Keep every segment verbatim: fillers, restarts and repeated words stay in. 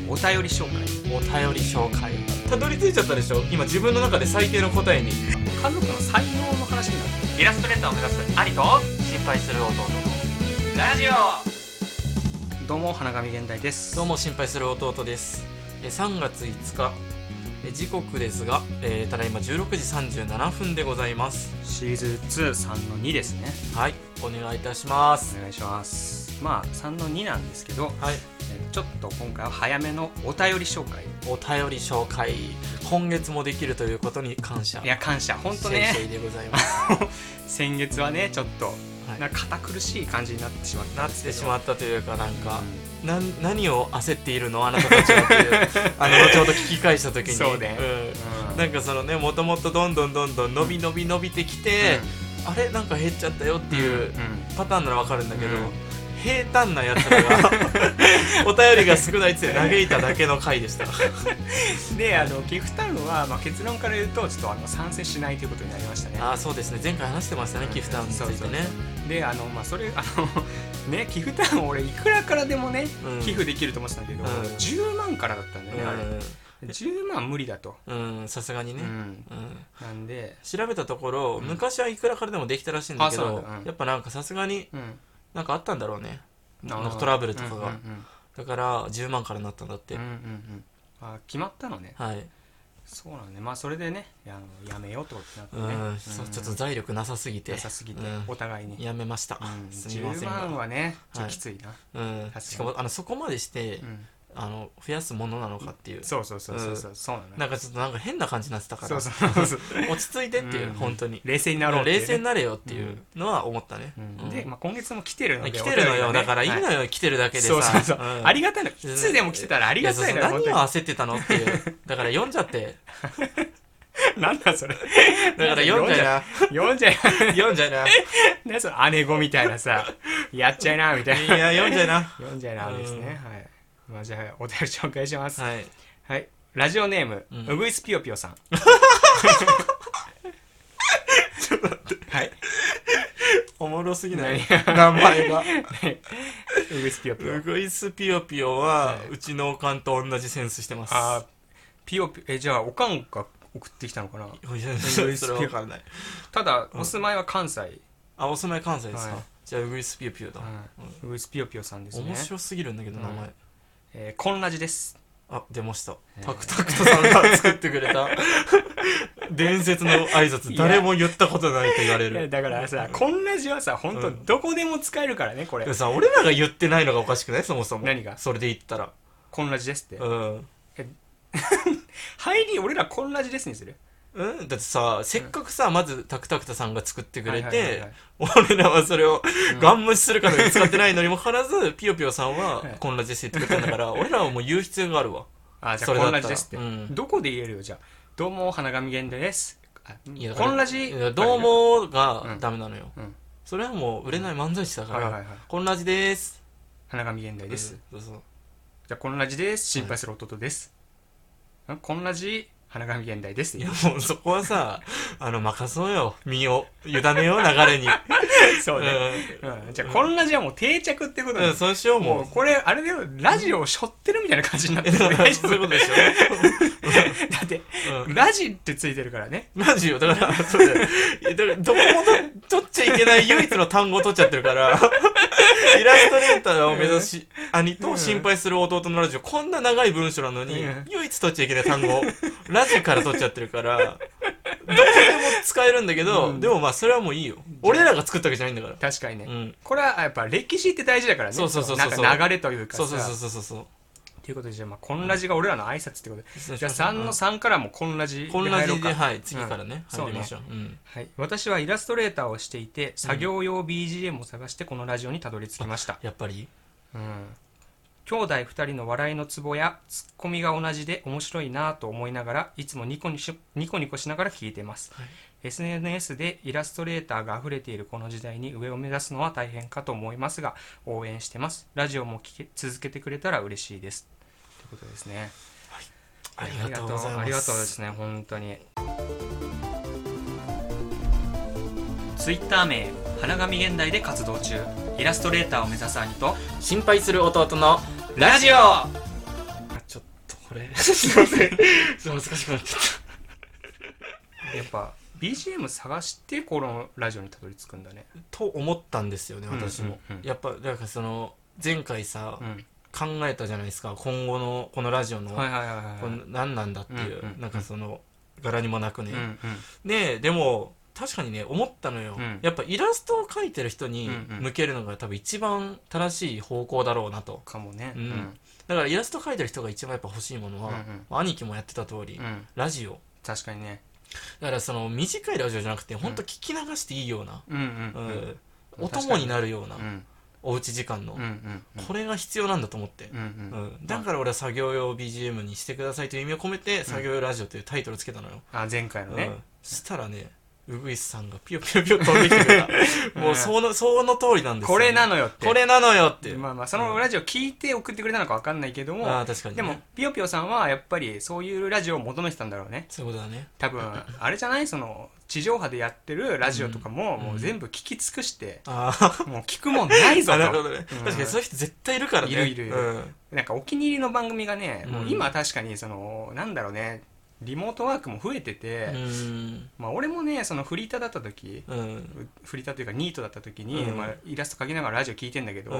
お便り紹介。 お便り紹介。たどり着いちゃったでしょ。今自分の中で最低の答えに。 家族の才能の話になってる。 イラストレーターを目指す兄と心配する弟のラジオ。 どうも花神現代です。 どうも心配する弟です。さんがついつか、時刻ですが、えー、ただいまじゅうろくじさんじゅうななふんでございます。 シーズンツー さんのにですね。 はい、お願いいたします。 お願いします。まあさんのになんですけど、 はい、 ちょっと今回は早めのお便り紹介。 お便り紹介、今月もできるということに感謝。 いや感謝、本当ね。 シェイシェイでございます先月はねちょっと、はい、なんか堅苦しい感じになってしまったなってしまったというか、なんか、うん、な何を焦っているのあなたたちはっていうあの後ほど聞き返した時にそうね、 うんうん、なんかそのね、もともとどんどんどんどん伸び伸び伸びてきて、うん、あれなんか減っちゃったよっていうパターンならわかるんだけど、うんうん、平坦なやつらがお便りが少ないって嘆いただけの回でしたで、あのギフタウンは、まあ、結論から言うとちょっとあの参戦しないということになりましたね。 あ、そうですね、前回話してましたね、ギフタウンについてね。そうそうそう、で、 あの、まあ、それあのね、ギフタウン俺いくらからでもね、うん、寄付できると思ってたんだけど、うん、じゅうまんからだったんだよね、うん、あれじゅうまん無理だと、 さすがにね、うんうん、 なんで調べたところ、うん、昔はいくらからでもできたらしいんだけど、うん、やっぱなんかさすがに、うん、なんかあったんだろうね、なんかトラブルとかが、うんうんうん、だからじゅうまんからなったんだって、うんうんうん、 あ、決まったのね。はい、そうなんね。まあそれでね、あのやめようってことになってね、うん、うん、 そう、ちょっと財力なさすぎてなさすぎて、うん、お互いにやめました、うん、すみませんが。 じゅうまんはねちょっときついな、はい、 うん、しかもあのそこまでして、うん、あの増やすものなのかっていう、 そうそうそうそうそう、うん、そうなの。 なんかちょっとなんか変な感じになってたから、 そうそうそう落ち着いてっていう、うん、本当に冷静になろうっていう、ね、 冷静になれよっていうのは思ったね、 うんうん、で、まあ、今月も来てるので来てるのよ、ね、だからいいのよ、はい、来てるだけでさ、 そうそうそう、うん、ありがたいの、いつでも来てたらありがたいのよ。 何を焦ってたのっていうだから読んじゃってなんだそれ、 だから読んじゃいな読んじゃいな読んじゃいなね、その姉子みたいなさ、やっちゃいなみたいな、 いや読んじゃいな読んじゃいなですね、はい。まあ、じゃあお便り紹介します。はい、はい、ラジオネーム、うん、うぐいすぴよぴよさんちょっと待って、 はい、 おもろすぎない名前がうぐいすぴよぴよ、 うぐいすぴよぴよは、はい、うちのおかんと同じセンスしてます。 あ、ぴよぴよ、え、じゃあおかんが送ってきたのかな。 いやそれは分からない。 ただお住まいは関西、うん、 あ、お住まい関西ですか、はい、じゃあうぐいすぴよぴよだ、 うぐいすぴよぴよさんですね。 面白すぎるんだけど、うん、名前、 えー、こんなじです。 あ、出ました、えー、タクタクトさんが作ってくれた伝説の挨拶、誰も言ったことないと言われる。 だからさ、こんなじはさ、本当どこでも使えるからね、これ。 でさ、俺らが言ってないのがおかしくない？そもそも。 何が？ それで言ったらこんなじですって、うん、 え入り俺らこんなじですにする？ うん、だってさ、せっかくさ、うん、まずタクタクタさんが作ってくれて、はいはいはいはい、俺らはそれをガン無視するかのように使ってないのにもかかわらず、ピヨピヨさんはこんなじですって言ってくれたんだから俺らはもう言う必要があるわ。 あ、じゃあこんなじですって、うん、どこで言えるよ。じゃあどうも花神現代です。 いや、 こんなじどうもがダメなのよ、うんうん、それはもう売れない漫才師だから、うん、はいはいはい、こんなじです花神現代です、 うん、そうそう、 じゃあこんなじです心配する弟です、はい、こんなじ花神現代です。 いやもうそこはさあの任そうよ、身を委ねよう、流れにそうね、うんうん、じゃあこんなじはもう定着ってことで、 うん、そうしよう。もうもうこれあれでラジオを背負ってるみたいな感じになってる、 ね、そういうことでしょだって、うん、ラジってついてるからね。 ラジよ、だからそうだよ、だからどこもと取っちゃいけない唯一の単語を取っちゃってるからイラストレーターを目指し、うん、兄と心配する弟のラジオ、こんな長い文章なのに、うん、唯一取っちゃいけない単語ラジから取っちゃってるからどこでも使えるんだけど、うん、でもまあそれはもういいよ、俺らが作ったわけじゃないんだから。 確かにね、うん、これはやっぱ歴史って大事だからね。 そうそうそうそう、 なんか流れというかさ、 そうそうそうそうそう、 ということで、じゃあ、まあ、こんなじが俺らの挨拶ってことで、うん、じゃあさんのさんからもこんなじで入ろうか。こんなじで、はい、次からね、 うん、入りましょう。 そうね、うん、 はい。私はイラストレーターをしていて、作業用 ビージーエム を探してこのラジオにたどり着きました。 やっぱり、 うん、兄弟ふたりの笑いのツボやツッコミが同じで面白いなと思いながらいつもニコニしニコニコしながら聞いています、はい。エスエヌエス でイラストレーターが溢れているこの時代に上を目指すのは大変かと思いますが応援してます。ラジオも聞け続けてくれたら嬉しいですということですね、 はい、ありがとうございます。 ありがとうですね、本当に。ツイッター名花神現代で活動中、イラストレーターを目指す兄と心配する弟のラジオ。 ちょっこれすいませんちょっと難しくなっちゃったやっぱ ビージーエム 探してこのラジオにたどり着くんだね。 と思ったんですよね私も、 うんうんうん、 やっぱなんかその前回さ、うん、考えたじゃないですか今後のこのラジオの何なんだっていう、うんうん、なんかその柄にもなくね、うんうん、ででも確かにね思ったのよ、うん、やっぱイラストを描いてる人に向けるのが多分一番正しい方向だろうなとかもね、 うんうん、だからイラスト描いてる人が一番やっぱ欲しいものは、うんうん、兄貴もやってた通り、うん、ラジオ確かにね。 だからその短いラジオじゃなくて本当聞き流していいような、うんうんうんうん、お供になるような、うん、おうち時間の、うんうんうん、これが必要なんだと思って、うんうんうん、だから俺は作業用 ビージーエム にしてくださいという意味を込めて、うん、作業用ラジオというタイトルつけたのよ。 あ前回のね、うん、 そしたらねウグイスさんがピヨピヨピヨ飛んできてくれたもうそのその通りなんですよ、ね、 これなのよってこれなのよってまあまあそのラジオ聞いて送ってくれたのか分かんないけども、うん、 あ確かに、ね、 でもピヨピヨさんはやっぱりそういうラジオを求めてたんだろうね。 そういうことだね多分あれじゃないその地上波でやってるラジオとかも、うん、もう全部聞き尽くして、うん、もう聞くもんないぞとなるほどね、うん、確かにそういう人絶対いるからね。 いるいるいる、うん、なんかお気に入りの番組がね、もう今確かにそのなんだろうねリモートワークも増えてて、うんまあ、俺もねそのフリーターだった時、うん、フリーターというかニートだった時に、うんまあ、イラスト描きながらラジオ聞いてんだけど、うん、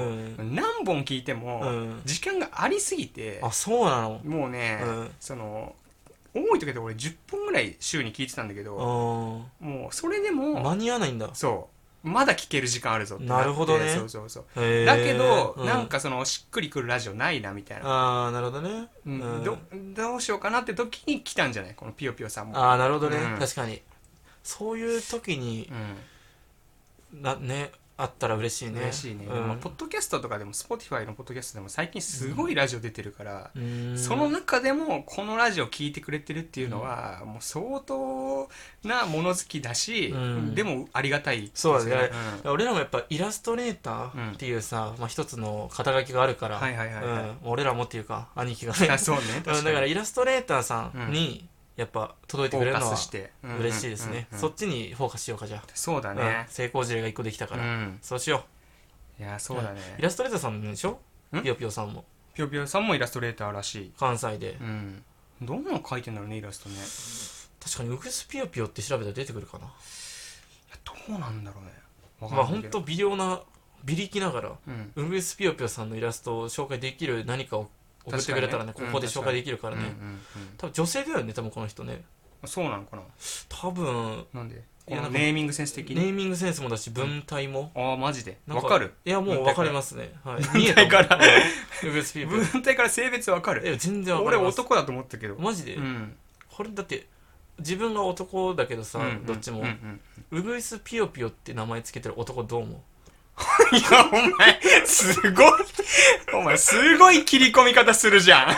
何本聞いても時間がありすぎて、 うん、あそうなのもうね、うん、その多い時で俺じゅっぽんぐらい週に聞いてたんだけど、もうそれでも間に合わないんだ。 そうまだ聞ける時間あるぞってなるほどね。 そうそうそうだけど、うん、なんかそのしっくりくるラジオないなみたいな。 ああなるほどね、 うん、ど, どうしようかなって時に来たんじゃないこのピヨピヨさんも。 ああなるほどね、うん、確かにそういう時に、うん、なねあったら嬉しいね。 嬉しいね、うんまあ、ポッドキャストとかでも Spotify のポッドキャストでも最近すごいラジオ出てるから、うん、その中でもこのラジオ聞いてくれてるっていうのは、うん、もう相当な物好きだし、うん、でもありがたい、ね、 そうだね、うん、俺らもやっぱイラストレーターっていうさ、うんまあ、一つの肩書きがあるから、はいはいはいはいうん、俺らもっていうか兄貴がねそうね確かにだからイラストレーターさんに、うんやっぱ届いてくれるのは嬉しいですね。そっちにフォーカスしようかじゃあ。 そうだね、 うん、成功事例がいっこできたから、うん、そうしよう。いやそうだね、 イラストレーターさんでしょピヨピヨさんも。 ピヨピヨさんもイラストレーターらしい関西で、 うん、どんなの描いてんだろうねイラストね。 確かにウグイスピヨピヨって調べたら出てくるかな。いやどうなんだろうね。 まあほんと微量な微力ながら、うん、ウグイスピヨピヨさんのイラストを紹介できる何かを送ってくれたらね、ここで紹介できるからね、うんうんうん、多分女性だよね多分この人ね。 そうなのかな多分。 なんでいやなんかネーミングセンス的にネーミングセンスもだし文体も、 うん、ああマジでわかる。 いやもうわかりますね、はい、 文体から文体から性別わかる。 いや全然わかります。 俺男だと思ったけどマジで、うん、これだって自分が男だけどさ、うんうん、どっちも、うんうん、ウグイスピヨピヨって名前つけてる男どう思ういやお前すごいお前すごい切り込み方するじゃん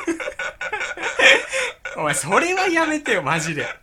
お前それはやめてよマジで。い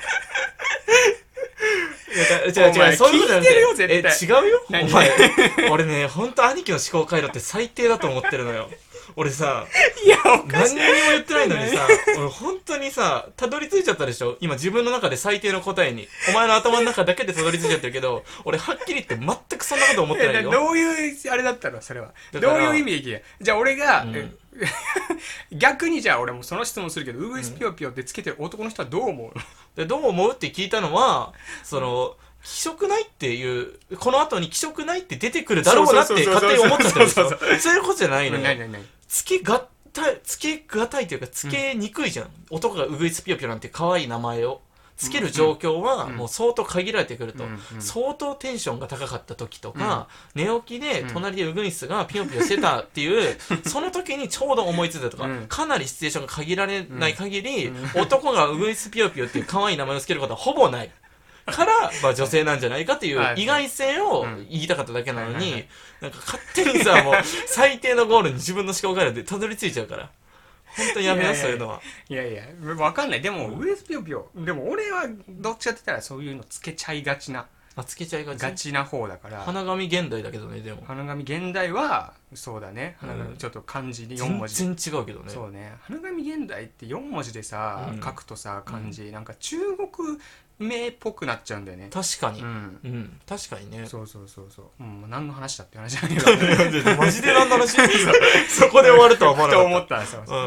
や違う違うそういうことじゃなくて聞いてるよ絶対。え違うよお前俺ねほんと兄貴の思考回路って最低だと思ってるのよ。俺さいやおかしい何にも言ってないのにさ俺本当にさたどり着いちゃったでしょ今自分の中で最低の答えに。お前の頭の中だけでたどり着いちゃってるけど俺はっきり言って全くそんなこと思ってないよ。 どういうあれだったのそれは。どういう意味でいけ。じゃあ俺が、うん、逆にじゃあ俺もその質問するけどウグイスピヨピヨってつけてる男の人はどう思うの。 でどう思うって聞いたのはその気色ないっていうこの後に気色ないって出てくるだろうなって勝手に思っちゃったんですよ。そういうことじゃないのよ。つけがたつけがたいというかつけにくいじゃん、うん、男がウグイスピヨピヨなんて可愛い名前をつける状況はもう相当限られてくると、うんうん、相当テンションが高かった時とか、うん、寝起きで隣でウグイスがピヨピヨしてたっていう、うん、その時にちょうど思いついたとか、うん、かなりシチュエーションが限られない限り、うん、男がウグイスピヨピヨっていう可愛い名前をつけることはほぼないから、まあ、女性なんじゃないかっていう意外性を言いたかっただけなのに、なんか勝手にさもう最低のゴールに自分の思考回路でたどり着いちゃうから本当にやめようそういうのは。 いやいや分かんない。でもウグイスピヨピヨでも俺はどっちかって言ったらそういうのつけちゃいがちなあつけちゃいがちガチな方だから。 花紙現代だけどね。でも花紙現代はそうだね、花紙ちょっと漢字によん文字全然違うけどね。 そうね花紙現代ってよん文字でさ、うん、書くとさ漢字、うん、なんか中国名っぽくなっちゃうんだよね。 確かに、うんうん、確かにね。 そうそうそうそう、うん、何の話だって話だけどマジで何の話そこで終わるとは思わなかったと思ったんですよ、 うん、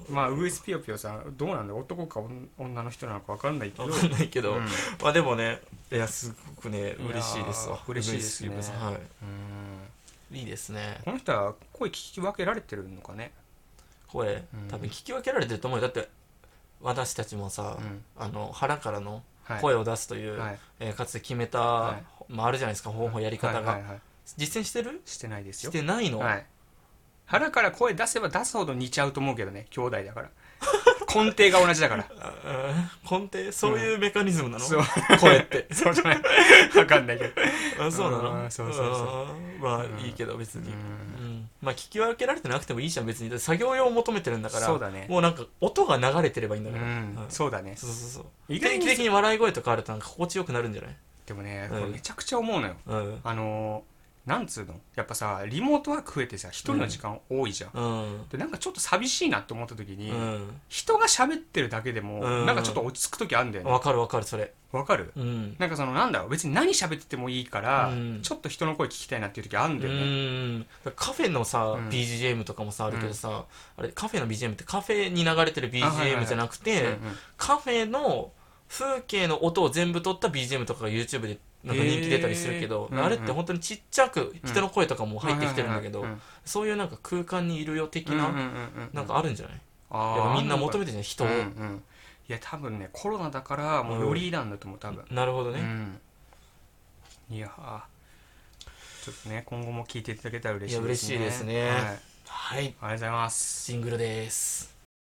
まあウグイスピヨピヨさんどうなんだ、男か女の人なのか分かんないけど分かんないけど、 うん、 まあでもね、いやすごくね嬉しいですわ。 嬉しいですね。 はい、 うん、 いいですね。 この人は声聞き分けられてるのかね。 声、うん、多分聞き分けられてると思うよ。だって私たちもさ、うん、あの腹からの声を出すという、はい、えー、かつて決めた、はい、まあ、あるじゃないですか方法やり方が、はいはいはい、実践してる？ してないですよ。 してないの？はい、 腹から声出せば出すほど似ちゃうと思うけどね、兄弟だから根底が同じだから根底そういうメカニズムなの、 うん、 声ってそうじゃない分かんないけどあそうなの、 そうそうそう、 まあいいけど別に、うんうん、まあ聞き分けられてなくてもいいじゃん別に。作業用を求めてるんだから、 そうだね、 もうなんか音が流れてればいいんだから、うんうん、そうだね、 そうそうそう、意外に定期的に笑い声とかあるとなんか心地よくなるんじゃない？ でもね、これめちゃくちゃ思うのよ、うん、あのーなんつうの、やっぱさリモートワーク増えてさ一人の時間多いじゃん、うん、でなんかちょっと寂しいなって思った時に、うん、人が喋ってるだけでも、うん、なんかちょっと落ち着く時あるんだよね。 わかるわかる、それわかる、うん、なんかそのなんだろう、別に何喋っててもいいから、うん、ちょっと人の声聞きたいなっていう時あるんだよね。 うん、カフェのさ、うん、ビージーエム とかもさあるけどさ、うん、あれカフェの ビージーエム ってカフェに流れてる ビージーエム じゃなくて、カフェの風景の音を全部取った ビージーエム とかが YouTube でなんか人気出たりするけど、あれって本当にちっちゃく人の声とかも入ってきてるんだけど、そういうなんか空間にいるよ的ななんかあるんじゃない？やっぱみんな求めてるじゃん、人を、うんうん、 いや多分ねコロナだからもうよりなんだと思う多分、 うん、なるほどね、 うん、いやちょっとね今後も聞いていただけたら嬉しいですね。いや嬉しいですね、はい、はい、 ありがとうございます。 シングルです。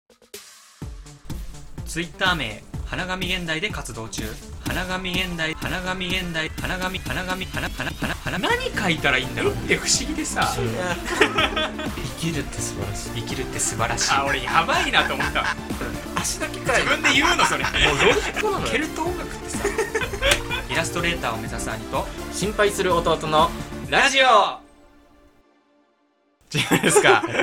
ツイッター名花神現代で活動中。花神現代花神現代花神花神花花花花何書いたらいいんだろうって不思議でさ生きるって素晴らしい。 生きるって素晴らしい。あ、俺やばいなと思った。足だけかい自分で言うのそれもうロジックなのよ。ケルト音楽ってさイラストレーターを目指す兄と心配する弟のラジオ違いですかはい、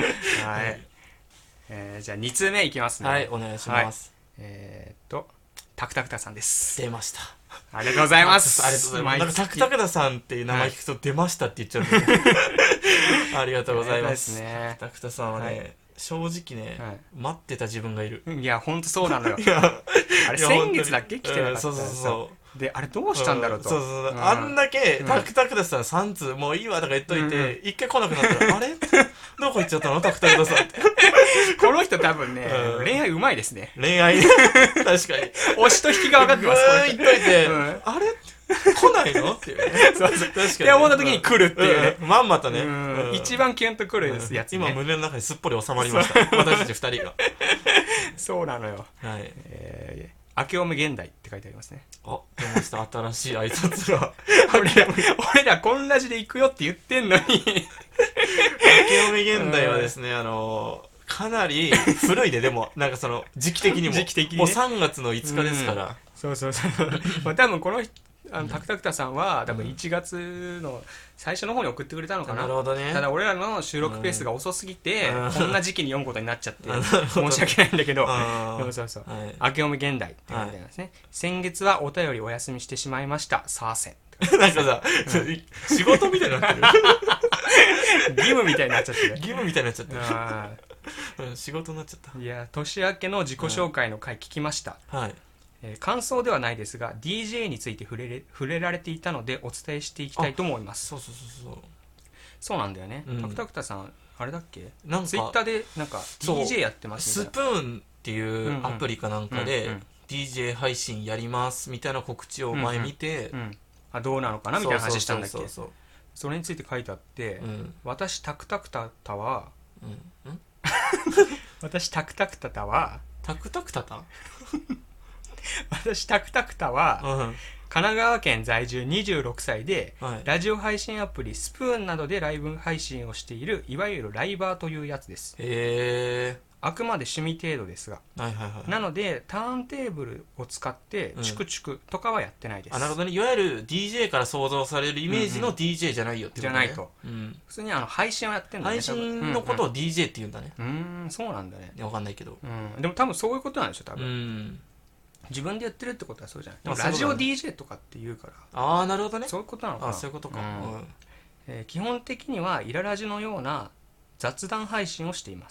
えー、じゃあに通目いきますね。 はい、お願いします、 はい、えー、っとタクタクタさんです。 出ました。 ありがとうございます。 ありがとうございます。なんかタクタクタさんっていう名前聞くと出ましたって言っちゃう、ね、ありがとうございます。ね、タクタクタさんはね、はい、正直ね、はい、待ってた自分がいる。 いやほんとそうなのよ。いやあれ先月だっけ来てなかった、うん、そうそうそうであれどうしたんだろうと、 うん、そうそうそう、うん、あんだけタクタクタさんさん通もういいわとか言っといて、うん、一回来なくなったらあれどこ行っちゃったのタクタクタさんってこの人多分ね、うん、恋愛うまいですね。 恋愛確かに推しと引きが分かってます。 これ言っといて、うん、あれ来ないのっていうね。そうそう確かに、ね、 って思った時に来るっていうね、 うん、まんまとね、 うんうん、一番キュンと来るやつ、ね、 今胸の中にすっぽり収まりました私たちふたりがそうなのよ。 はい、 えー明けおめ現代って書いてありますね。 あ、出ました新しい挨拶が俺ら俺らこんな字で行くよって言ってんのに明けおめ現代はですね、あのー、かなり古いででもなんかその時期的にも時期的に、ね、 もうさんがつのいつかですから、うん、 そうそうそうまあ多分この人あのタクタクタさんは多分いちがつの最初の方に送ってくれたのかな、 なるほどね。 ただ俺らの収録ペースが遅すぎて、うん、こんな時期に読むことになっちゃって申し訳ないんだけどそうそうそう、はい、明けおめ現代って書いてありますね、はい、先月はお便りお休みしてしまいましたサーセンなんかさ、うん、仕事みたいになってる義務みたいになっちゃってる義務みたいになっちゃってるあ仕事になっちゃった。 いや年明けの自己紹介の回聞きました、 はい、 えー、感想ではないですが ディージェー について触れれ触れられていたのでお伝えしていきたいと思います。 そうそうそうそうそうなんだよね、うん、タクタクタさんあれだっけ、 なんかツイッターでなんか ディージェー やってますみたいな、スプーンっていうアプリかなんかで、うんうん、ディージェー 配信やりますみたいな告知を前見て、 うんうんうん、あどうなのかなみたいな話したんだっけ。そうそうそうそう、それについて書いてあって、うん、私タクタクタタは、うん、ん私タクタクタタはタクタクタタ私タクタクタは、うん、神奈川県在住にじゅうろくさいで、はい、ラジオ配信アプリスプーンなどでライブ配信をしているいわゆるライバーというやつです。 へー、 あくまで趣味程度ですが、 はいはいはい、 なのでターンテーブルを使ってチクチクとかはやってないです、 うん、あなるほどね。いわゆる ディージェー から想像されるイメージの ディージェー じゃないよってことね、 じゃないと、うん、普通にあの配信をやってるんだね。 配信のことを ディージェー って言うんだね。 うん、うん、そうなんだね。 分かんないけど、 うん、でも多分そういうことなんでしょ多分、うん、自分でやってるってことはそうじゃない。でもラジオ ディージェー とかって言うから、 ああなるほどね、 そういうことなのかな。 あそういうことか、うんうん、 えー、基本的にはイララジのような雑談配信をしています。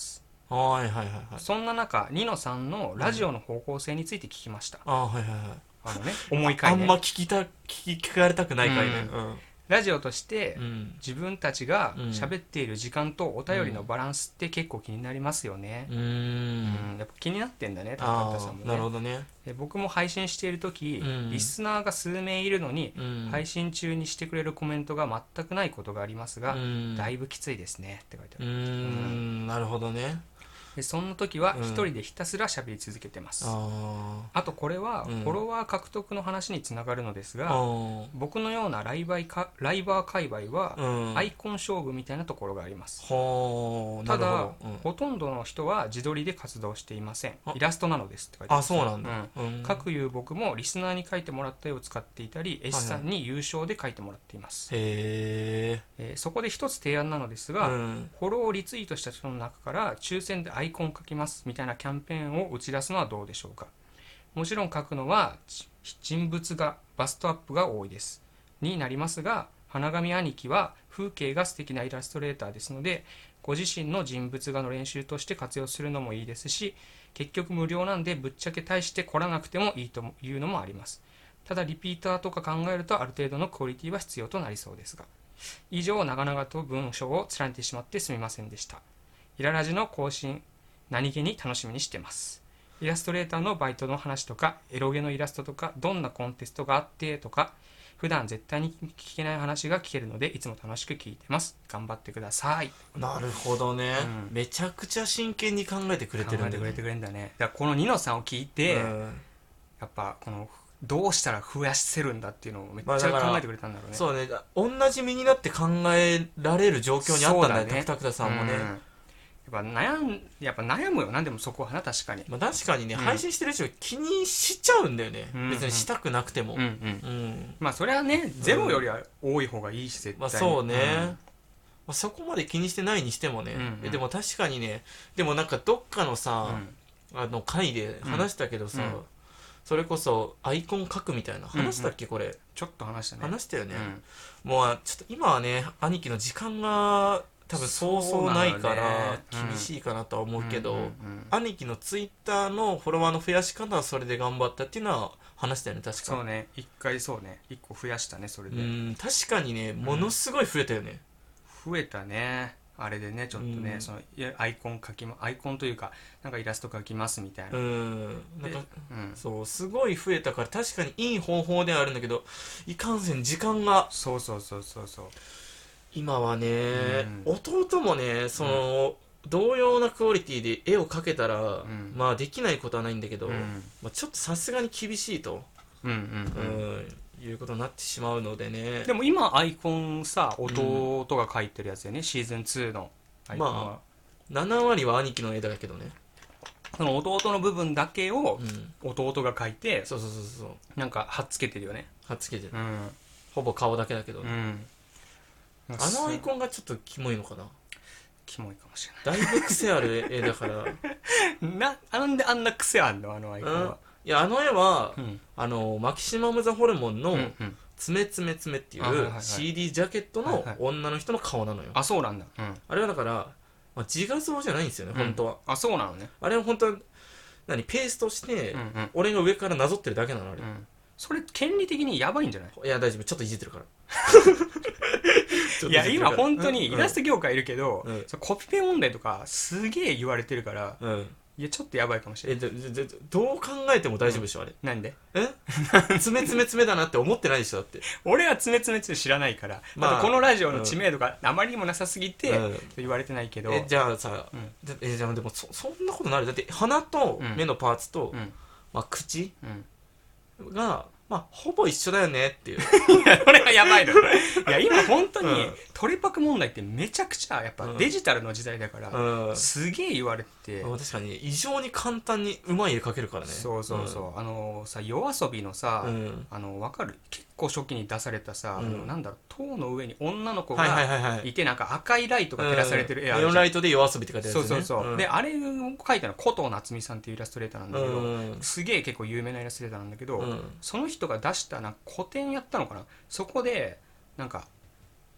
はいはいはいはい。 そんな中ニノさんのラジオの方向性について聞きました。 ああはいはいはい。 あのね重い回ね。 あんま聞きた聞き聞かれたくない回ね。 うんラジオとしてうんうん自分たちが喋っている時間とお便りのバランスって結構気になりますよね。 うーうんん。 やっぱ気になってんだね高畑さんもね。 ああなるほどね。 で僕も配信している時、 うんリスナーが数名いるのに、 うん配信中にしてくれるコメントが全くないことがありますが、 うんだいぶきついですねって書いてあうーる。 んなるほどね。 でそんな時はうん一人でひたすら喋り続けてます。 ああとこれはうんフォロワー獲得の話につながるのですあ。 が、 あ僕のようなライバーかライバー界隈はあ。うん。 アイコン勝負みたいなところがあります。 はあ。 ただなるほど。うんほとんどの人は自撮りで活動していません。 あイラストなのですって書いてある。 あそうなんだ。 うんうん。 かくいう僕もリスナーに書いてもらった絵を使っていたり、絵師さんに優勝で書いてもらっています。 へえーそこで一つ提案なのですえ。 が、 うん。 フォローをリツイートした人の中から抽選でアイコン書きますみたいなキャンペーンを打ち出すのはどうでしょうか。もちろん書くのはじ人物がバストアップが多いですになりますが、花神兄貴は風景が素敵なイラストレーターですので、ご自身の人物画の練習として活用するのもいいですし、結局無料なんでぶっちゃけ大して凝らなくてもいいというのもあります。ただリピーターとか考えるとある程度のクオリティは必要となりそうですが。以上、長々と文章を連ねてしまってすみませんでした。イララジの更新何気に楽しみにしてます。イラストレーターのバイトの話とか、エロゲのイラストとか、どんなコンテストがあってとか、普段絶対に聞けない話が聞けるので、いつも楽しく聞いてます。頑張ってください。 なるほどね、 うんめちゃくちゃ真剣に考えてくれてるんだよね。 考えてくれてくれるんだね。だからこのニノさんを聞いて、 うんやっぱこのどうしたら増やせるんだっていうのをめっちゃまあだから考えてくれたんだろうね。 そうね、同じ身になって考えられる状況にあったんだよ、 そうだねタクタクさんもね、 うんやっぱ悩んやっぱ悩むよな。でもそこはな、確かに。 まあ、確かにね、 うん配信してる人気にしちゃうんだよね、 うん別にしたくなくても、 うんうんうんまあそれはね、ゼロよりは多い方がいいし、絶対に。 まあそうね、まあ、そこまで気にしてないにしてもね、 うんうんえでも確かにね、でもなんかどっかのうんさ、あの回で話したけどさ、 うんそれこそアイコン書くみたいな話したっけ、これちょっと話したね。 話したよね、 うんもうちょっと今はね兄貴の時間が多分そうそうないかそうならのね厳しいかなとは思うけど、 うんうんうん兄貴のツイッターのフォロワーの増やし方はそれで頑張ったっていうのは話したよね確かそうね、一回そうね、一個増やしたね、それうで。 ん確かにねものすごい増えたよね、 増えたね。あれでね、ちょっとね、 うんそのいやアイコン描きま、アイコンというか、なんかイラスト描きますみたいな。 うんなんでかうんそうすごい増えたから確かにいい方法ではあるんだけどいかんせん時間がそうそうそうそうそう。 今はね、 うん弟もねその、同様なクオリティで絵を描けたら、 んまあできないことはないんだけど、 うんまあ、ちょっとさすがに厳しいと、 うんうんううんんいうことになってしまうのでねでも今アイコンさ、弟が描いてるやつよね、シーズンツーのアイコンは。 まなな割は兄貴の絵だけどね、 その弟の部分だけをうん、 弟が描いて、 そうそうそうそうなんか貼っつけてるよね。 はっつけてる、 うん。 ほぼ顔だけだけど、 うん。 あのアイコンがちょっとキモいのかな、 キモいかもしれだいぶ癖ある絵だからない。な、なんであんな癖あんのあのアイコンうんは。 いやあの絵は、 うん。 あのマキシマム・ザ・ホルモンのうんうん 「つめつめつめ」っていあはいはいはいう シーディー ジャケットのはいはい女の人の顔なのよ、 あ、そうなんだ。うん。 あれはだから、まあ、自画像じゃないんですよね本当は、 あ、そうなのね。 あれは本当は何ペーストして、 うんうん。 俺が上からなぞってるだけなのあれ、 うん。それ、権利的にやばいんじゃない？ いや大丈夫ちょっといじってるからいや、今本当にイラストト業界いるけど、 うんそうコピペ問題とかすげえ言われてるから、 うん、うんいや、ちょっとやばいかもしれえない。 でででどう考えても大丈夫でしょ、あれなんで？ えつめつめつめだなって思ってないでしょだって俺はつめつめつめ知らないから、 まああとこのラジオの知名度があまりにもなさすぎて、 うん言われてないけど、 えじゃあさ、 うんでえじゃあでもそそんなことないだって鼻と目のパーツと、 うんまあ、口うん、 が、まあ、ほぼ一緒だよねっていうこれがやばいの。いや、今本当にうんトレパク問題ってめちゃくちゃやっぱうんデジタルの時代だから、 うんすげえ言われて、 まあ確かに異常に簡単にうまい絵描けるからねそうそうそう、あのさ、夜遊びのさ、 うんあのわかる結構初期に出されたさ、 うんあのなんだろう、塔の上に女の子はいはいがはいはいいて、なんか赤いライトが照らされてる絵あるじゃん。 ネオンライトで夜遊びって書いてあるそうやつねそうそう、 んであれを描いたのは古藤夏美さんっていうイラストレーターなんだけど、 うんすげえ結構有名なイラストレーターなんだけど、 うんその人が出したなんか個展やったのかな、そこでなんか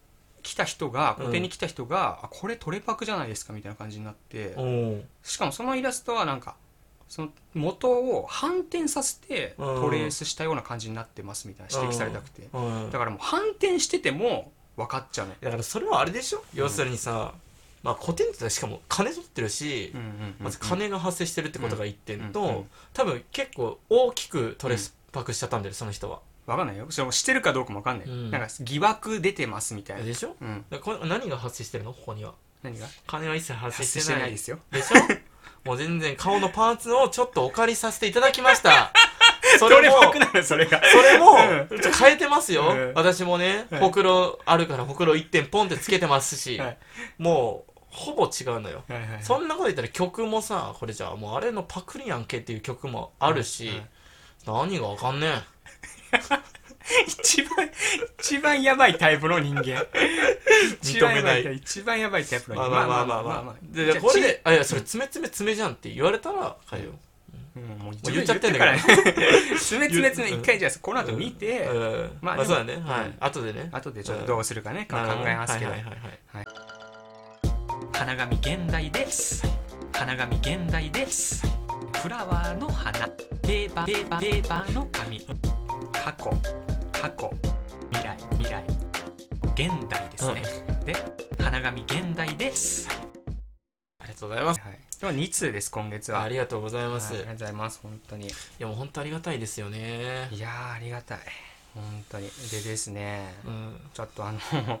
来た人が個展に来た人が、うん、あこれトレパクじゃないですかみたいな感じになって、しかもそのイラストはなんかその元を反転させてトレースしたような感じになってますみたいな指摘されたくて、だからもう反転してても分かっちゃうね。 だからそれはあれでしょ、要するにさ、まあ、古典ってしかも金取ってるし、うんうんうんうん、まず金が発生してるってことが一点と、うんうんうん、多分結構大きくトレパクしちゃったんだよその人は。 分かんないよ、それしてるかどうかも分かんない、うん、なんか疑惑出てますみたいなでしょ、うん、だこれ何が発生してるのここには。 何が？ 金は一切発生してない。 発生してないですよ。 でしょもう全然顔のパーツをちょっとお借りさせていただきましたそれもそれがそれもちょっと変えてますよ、うん、私もね、はい、ほくろあるからほくろいってんポンってつけてますし、はい、もうほぼ違うのよ、はいはいはい、そんなこと言ったら曲もさ、これじゃあもうあれのパクリやんけっていう曲もあるし、はいはい、何がわかんねえ一番一番やばいタイプの人間認めない、 一番やばいタイプの人間。 まあまあまあまあまあ、まあ、でこれであいやそれ詰め詰め詰めじゃんって言われたら変えよう、 うん、もう言っちゃってんだから詰め詰め詰め一回じゃあこの後見て、うんうん、 まあ、まあそうだね、はい、後でね後でちょっとどうするかね、うん、考えますけど、はいはいはいはい、花紙現代です。花紙現代です。フラワーの花、ペーパーペーパーペーパーの紙、過去過去未来未来現代ですね、うん、で花紙現代です。 ありがとうございます、 はい、でもに通です今月は。 ありがとうございます、 はい、ありがとうございます。本当にいやもう本当ありがたいですよね。 いやーありがたい本当に。でですね、うん、ちょっとあの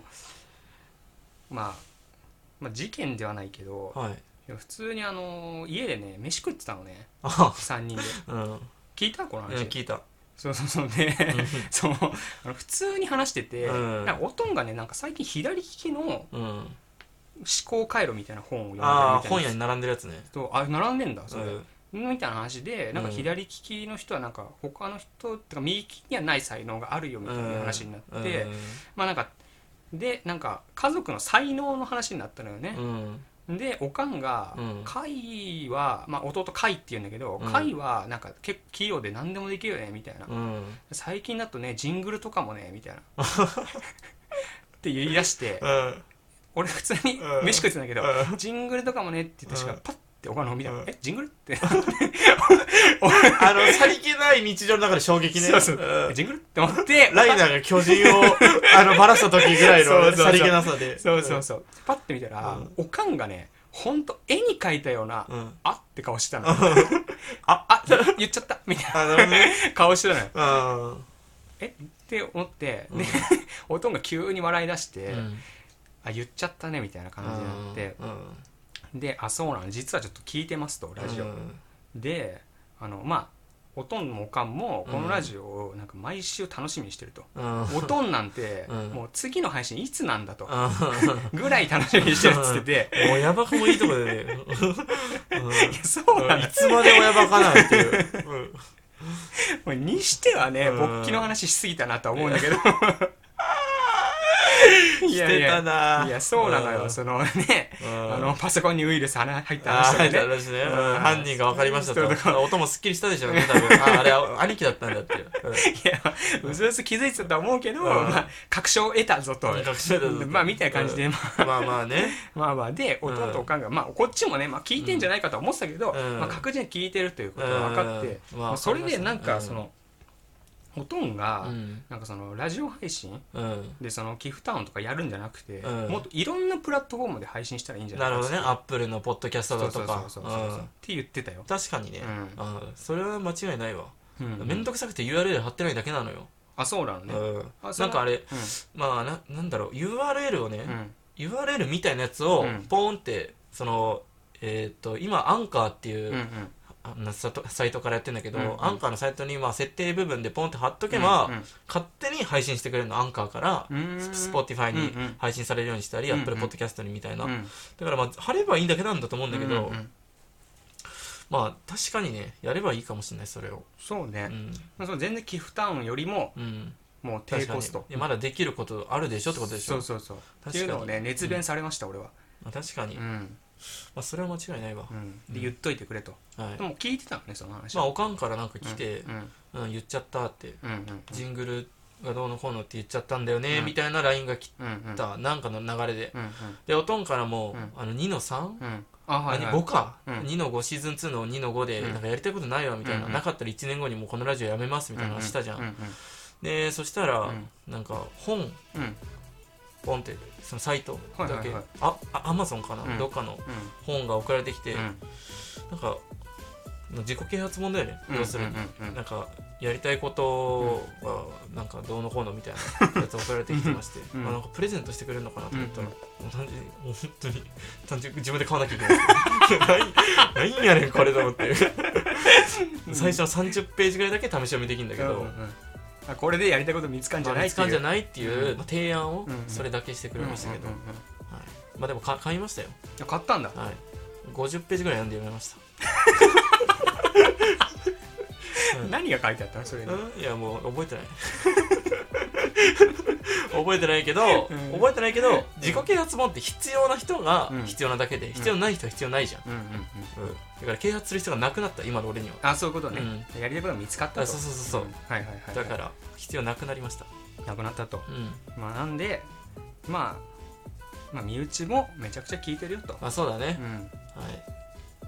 まあ、まあ事件ではないけど、はい、普通にあの家でね飯食ってたのねさんにんで、うん、聞いたこの話。 聞いた。 そうそうそうでそうあの普通に話してて、うん、なんかおとんがねなんか最近左利きの思考回路みたいな本を読んでるみたいな、 あ本屋に並んでるやつね。 そうあ並んでんだそれ、うん、みたいな話でなんか左利きの人はなんか他の人ってか右利きにはない才能があるよみたいな話になって、うん、まあなんかでなんか家族の才能の話になったのよね、うんでおかんが、うん、カイは、まあ、弟カイって言うんだけど、うん、カイはなんか結構器用で何でもできるよねみたいな、うん、最近だとねジングルとかもねみたいなって言い出して、うん、俺普通に飯食ってたんだけど、うん、ジングルとかもねって言ってしかパッておかんの方見たら、うん、えジングルってあのさりげない日常の中で衝撃ね。 そうそう、うん、ジングルって思ってライナーが巨人をあのバラした時ぐらいのさりげなさでそうそうそう、うん、パッて見たら、うん、おかんがねほんと絵に描いたような、うん、あって顔してたのああ言っちゃったみたいな、ね、顔してたのよ、うん、えって思って、うん、でおとんが急に笑い出して、うん、あ言っちゃったねみたいな感じになって、うん、であそうなの実はちょっと聞いてますとラジオ、うん、であのまあおとんもおかんもこのラジオをなんか毎週楽しみにしてると、うん、おとんなんてもう次の配信いつなんだと、うん、ぐらい楽しみにしてるっつってて、 もう親バカもいいとこでね、 うん、いやそうなんだ、 いつまで親バカなんていう、 うん、にしてはね勃起の話しすぎたなとは思うんだけどいやいやしてたな。 いやそうなのよ、そのね、あのパソコンにウイルス入った話とかね、 入った話ね、うん、犯人が分かりましたと、音もすっきりしたでしょうね多分ああれ兄貴だったんだっていう、うん、いやうすうす気づいてたとは思うけど、うん、まあ、確証を得たぞと、 確証得たぞと、 まあみたいな感じで、うん、まあまあまあねまあまあで弟とおかんが、まあこっちもね、まあ、聞いてんじゃないかとは思ってたけど、うんまあ、確実に聞いてるということが分かって、うんまあ、それでなんかその、おとんが、うん、なんかそのラジオ配信、うん、でその寄付タウンとかやるんじゃなくて、うん、もっといろんなプラットフォームで配信したらいいんじゃないかな。 なるほどね、アップルのポッドキャストだとかって言ってたよ。 確かにね、うん、あそれは間違いないわ、うん、めんどくさくて ユーアールエル 貼ってないだけなのよ。 あそうなのね、うん、 なんかあれ、うん、まあ な, なんだろう ユーアールエル をね、うん、ユーアールエル みたいなやつをポーンってそのえっ、ー、と今アンカーっていう、うんうんサイトからやってるんだけど、うんうん、アンカーのサイトにまあ設定部分でポンって貼っとけば、うんうん、勝手に配信してくれるの。アンカーからスポーティファイに配信されるようにしたり、アップルポッドキャストにみたいな、うんうん、だからまあ貼ればいいんだけなんだと思うんだけど、うんうん、まあ確かにねやればいいかもしれないそれを。 そうね、うんまあ、その全然寄付タウンよりも、うん、もう低コスト、 まだできることあるでしょってことでしょ。 そうそうそうっていうのをね熱弁されました、うん、俺は。 まあ、確かに、うんまあ、それは間違いないわ、 うん、で言っといてくれと、はい、でも聞いてたのねその話。 まあおかんからなんか来て、うんうんうん、言っちゃったって、うんうんうん、ジングルがどうのこうのって言っちゃったんだよね、 うん、 みたいな ライン が来うんうんた、なんかの流れで、 うんうん、 でおとんからも、 うん、 あのにのさん、 うん、あ、はいはい、 ごか、 うん、 にのごシーズンツーのにのごで、 うん、 なんかやりたいことないわみたいな、 うん、 なかったらいちねんごにもうこのラジオやめますみたいなのしたじゃん、 うんうん、 でそしたら、 うん、 なんか本、 うん、 ポンってそのサイトだけ、 はいはいはい、 あアマゾンかな、 うん、 どっかのうん、 本が送られてきて、 うん、 なんか自己啓発本だよね、 うん、 要するに、 うん、 なんかやりたいことがなんかどうのこうのみたいなやつ送られてきてまして、 うん、 まあ、なんかプレゼントしてくれるのかなと思ったら、 うん、 もう単純にもう本当に単純に自分で買わなきゃいけないないんやねんこれと思って最初のさんじゅっページぐらいだけ試し読みできるんだけど、 うんうん、あ、これでやりたいこと見つかんじゃないっていう、 まあ、見つかんじゃないっていう、 うん、 まあ、提案をうん、 それだけしてくれましたけど、 うんうんうんうん、 はい、まあでもか買いましたよ。 買ったんだ、 はい、ごじゅっページぐらい読んで読めました何が書いてあったのそれに、 うん、いやもう覚えてない覚えてないけど、 うん、 覚えてないけど自己啓発本って必要な人がうん、 必要なだけで、必要ない人は必要ないじゃん、 うんうんうん、 うん、だから啓発する人がなくなった今の俺には。 あ、そういうことね、 うん、 やりたいことが見つかったと、 そうそうそうそう、 うん、はいはいはい、はい、 だから必要なくなりました。 なくなったと、 うん、 まあなんで、まあまあ身内もめちゃくちゃ聞いてるよと、 まあそうだね、 うん、 はい、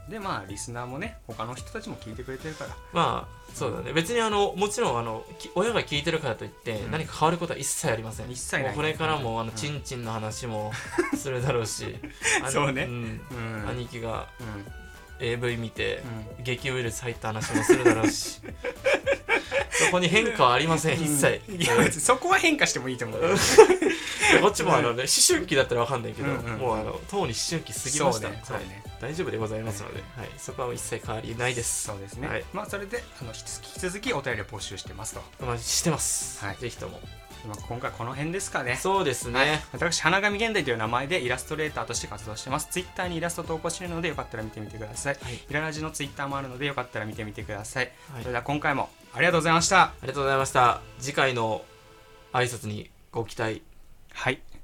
でまあリスナーもね他の人たちも聞いてくれてるから、 まあそうだね、別にあのもちろんあの親が聞いてるからといってうん、 何か変わることは一切ありません。 一切ない、 もうこれからもあのうん、 チンチンの話もするだろうしそうね、 ん、 うん、 兄貴がうん、 エーブイ 見て、 うん、 激ウイルス入った話もするだろうしそこに変化はありません、一切。 うん、いや別にそこは変化してもいいと思うよこっちもあの、ね、思春期だったら分かんないけど、 うんうんうん、 もうあのとうに思春期過ぎました。 そうね、そうね、 はい、大丈夫でございますので、はい、そこは一切変わりないです。 そうですね、 はい、 まあそれであの引き続きお便りを募集してますと、 まあ、してます、 はい、 ぜひとも。 まあ、今回この辺ですかね。 そうですね、 はい、私花神現代という名前でイラストレーターとして活動してます。ツイッターにイラスト投稿しているのでよかったら見てみてください、はい、イララジのツイッターもあるのでよかったら見てみてください、はい、それでは今回もありがとうございました。 ありがとうございました。次回の挨拶にご期待。 はい。